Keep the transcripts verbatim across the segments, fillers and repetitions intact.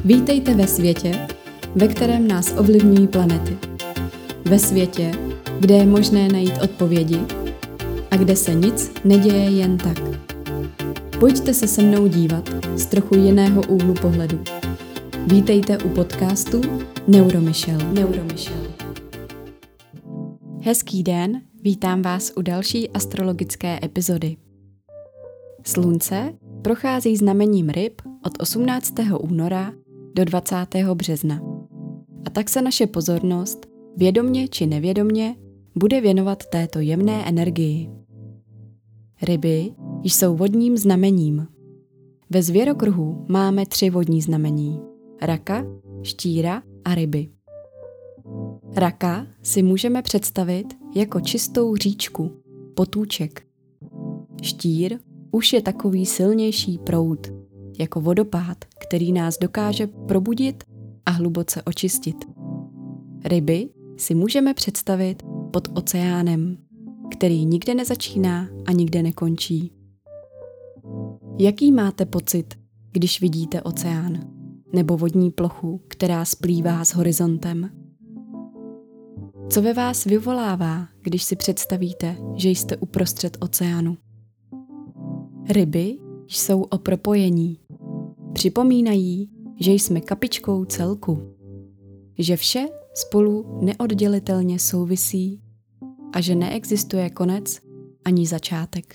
Vítejte ve světě, ve kterém nás ovlivňují planety. Ve světě, kde je možné najít odpovědi a kde se nic neděje jen tak. Pojďte se se mnou dívat z trochu jiného úhlu pohledu. Vítejte u podcastu Neuromyšel. Neuromyšel. Hezký den, vítám vás u další astrologické epizody. Slunce prochází znamením Ryb od osmnáctého února do dvacátého března. A tak se naše pozornost, vědomně či nevědomně, bude věnovat této jemné energii. Ryby jsou vodním znamením. Ve zvěrokruhu máme tři vodní znamení. Raka, štíra a ryby. Raka si můžeme představit jako čistou říčku, potůček. Štír už je takový silnější proud, jako vodopád, který nás dokáže probudit a hluboce očistit. Ryby si můžeme představit pod oceánem, který nikde nezačíná a nikde nekončí. Jaký máte pocit, když vidíte oceán nebo vodní plochu, která splývá s horizontem? Co ve vás vyvolává, když si představíte, že jste uprostřed oceánu? Ryby jsou o propojení. Připomínají, že jsme kapičkou celku, že vše spolu neoddělitelně souvisí a že neexistuje konec ani začátek.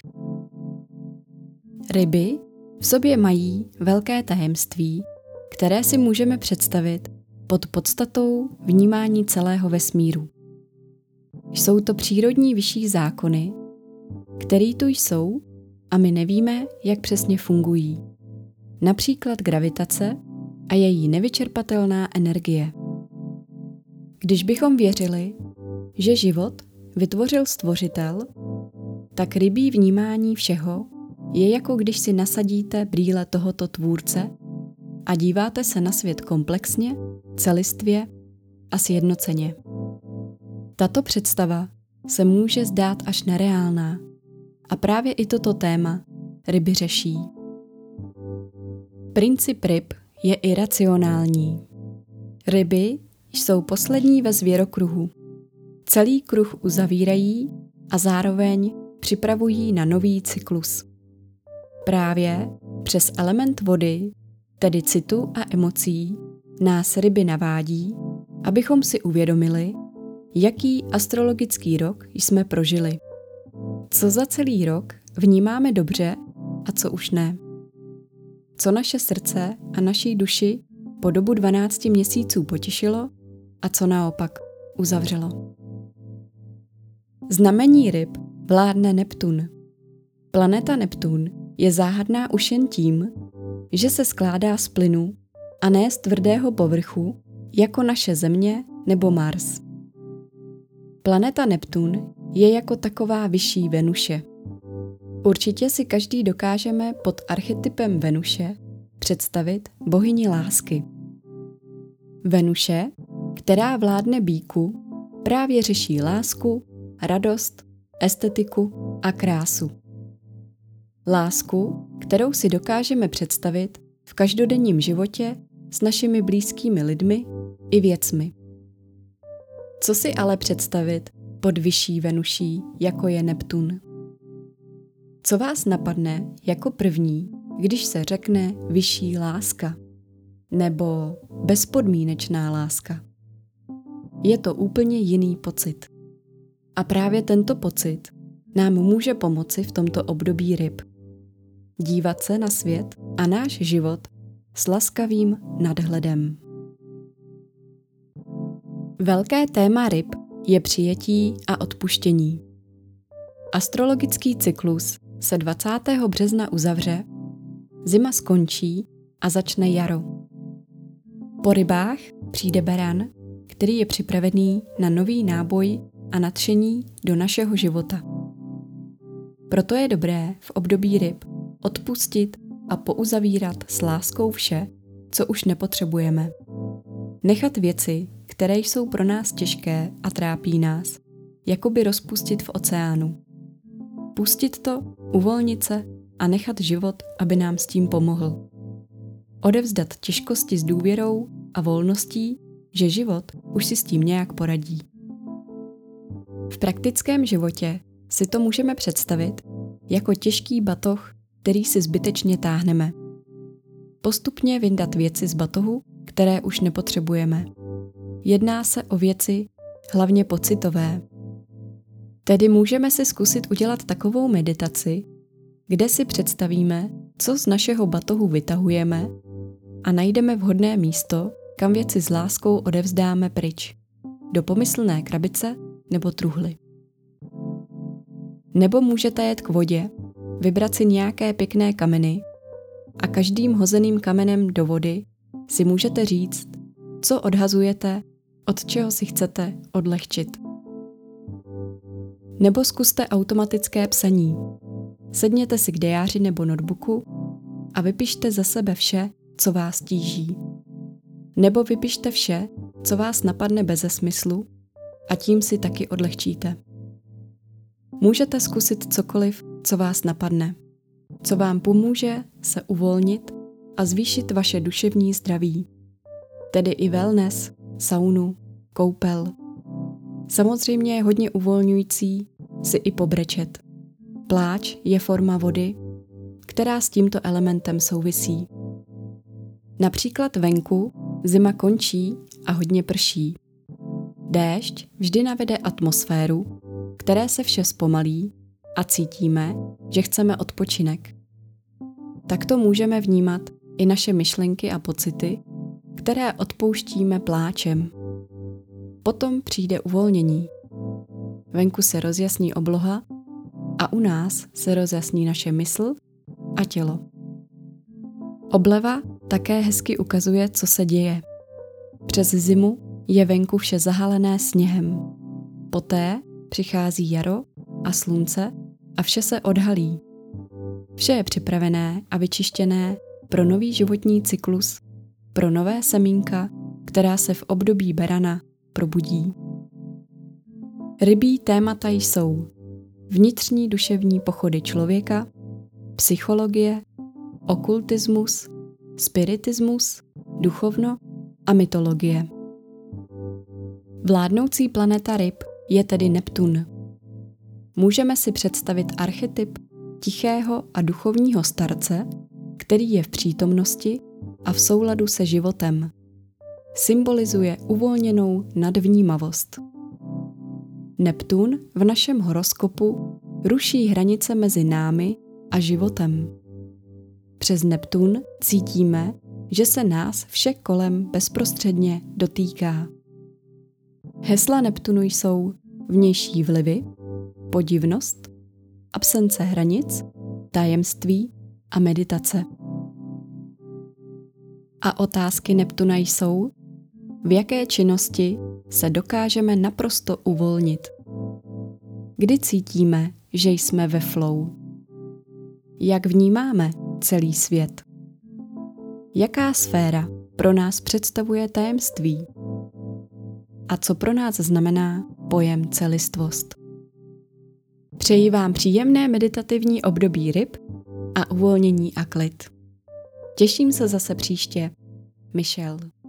Ryby v sobě mají velké tajemství, které si můžeme představit pod podstatou vnímání celého vesmíru. Jsou to přírodní vyšší zákony, které tu jsou a my nevíme, jak přesně fungují. Například gravitace a její nevyčerpatelná energie. Když bychom věřili, že život vytvořil Stvořitel, tak rybí vnímání všeho je jako když si nasadíte brýle tohoto tvůrce a díváte se na svět komplexně, celistvě a sjednoceně. Tato představa se může zdát až nereálná a právě i toto téma ryby řeší. Princip ryb je iracionální. Ryby jsou poslední ve zvěrokruhu. Celý kruh uzavírají a zároveň připravují na nový cyklus. Právě přes element vody, tedy citu a emocí, nás ryby navádí, abychom si uvědomili, jaký astrologický rok jsme prožili. Co za celý rok vnímáme dobře a co už ne. Co naše srdce a naší duši po dobu dvanácti měsíců potěšilo a co naopak uzavřelo. Znamení ryb vládne Neptun. Planeta Neptun je záhadná už jen tím, že se skládá z plynu a ne z tvrdého povrchu, jako naše Země nebo Mars. Planeta Neptun je jako taková vyšší Venuše. Určitě si každý dokážeme pod archetypem Venuše představit bohyni lásky. Venuše, která vládne býku, právě řeší lásku, radost, estetiku a krásu. Lásku, kterou si dokážeme představit v každodenním životě s našimi blízkými lidmi i věcmi. Co si ale představit pod vyšší Venuší, jako je Neptun? Co vás napadne jako první, když se řekne vyšší láska nebo bezpodmínečná láska? Je to úplně jiný pocit. A právě tento pocit nám může pomoci v tomto období ryb. Dívat se na svět a náš život s laskavým nadhledem. Velké téma ryb je přijetí a odpuštění. Astrologický cyklus se dvacátého března uzavře, zima skončí a začne jaro. Po rybách přijde beran, který je připravený na nový náboj a nadšení do našeho života. Proto je dobré v období ryb odpustit a pouzavírat s láskou vše, co už nepotřebujeme. Nechat věci, které jsou pro nás těžké a trápí nás, jakoby rozpustit v oceánu. Pustit to, uvolnit se a nechat život, aby nám s tím pomohl. odevzdat těžkosti s důvěrou a volností, že život už si s tím nějak poradí. V praktickém životě si to můžeme představit jako těžký batoh, který si zbytečně táhneme. Postupně vyndat věci z batohu, které už nepotřebujeme. Jedná se o věci hlavně pocitové. Tedy můžeme si zkusit udělat takovou meditaci, kde si představíme, co z našeho batohu vytahujeme a najdeme vhodné místo, kam věci s láskou odevzdáme pryč, do pomyslné krabice nebo truhly. Nebo můžete jet k vodě, vybrat si nějaké pěkné kameny a každým hozeným kamenem do vody si můžete říct, co odhazujete, od čeho si chcete odlehčit. Nebo zkuste automatické psaní. Sedněte si k diáři nebo notebooku a vypište za sebe vše, co vás tíží. Nebo vypište vše, co vás napadne beze smyslu a tím si taky odlehčíte. Můžete zkusit cokoliv, co vás napadne, co vám pomůže se uvolnit a zvýšit vaše duševní zdraví. Tedy i wellness, saunu, koupel. Samozřejmě je hodně uvolňující si i pobrečet. Pláč je forma vody, která s tímto elementem souvisí. Například venku zima končí a hodně prší. Déšť vždy navede atmosféru, které se vše zpomalí a cítíme, že chceme odpočinek. Takto můžeme vnímat i naše myšlenky a pocity, které odpouštíme pláčem. Potom přijde uvolnění. Venku se rozjasní obloha a u nás se rozjasní naše mysl a tělo. Obleva také hezky ukazuje, co se děje. Přes zimu je venku vše zahalené sněhem. Poté přichází jaro a slunce a vše se odhalí. Vše je připravené a vyčištěné pro nový životní cyklus, pro nové semínka, která se v období berana probudí. Rybí témata jsou vnitřní duševní pochody člověka, psychologie, okultismus, spiritismus, duchovno a mytologie. Vládnoucí planeta ryb je tedy Neptun. Můžeme si představit archetyp tichého a duchovního starce, který je v přítomnosti a v souladu se životem. Symbolizuje uvolněnou nadvnímavost. Neptun v našem horoskopu ruší hranice mezi námi a životem. Přes Neptun cítíme, že se nás vše kolem bezprostředně dotýká. Hesla Neptunu jsou vnější vlivy, podivnost, absence hranic, tajemství a meditace. A otázky Neptuna jsou, v jaké činnosti se dokážeme naprosto uvolnit. Kdy cítíme, že jsme ve flow? Jak vnímáme celý svět? Jaká sféra pro nás představuje tajemství? A co pro nás znamená pojem celistvost? Přeji vám příjemné meditativní období ryb a uvolnění a klid. Těším se zase příště. Michelle.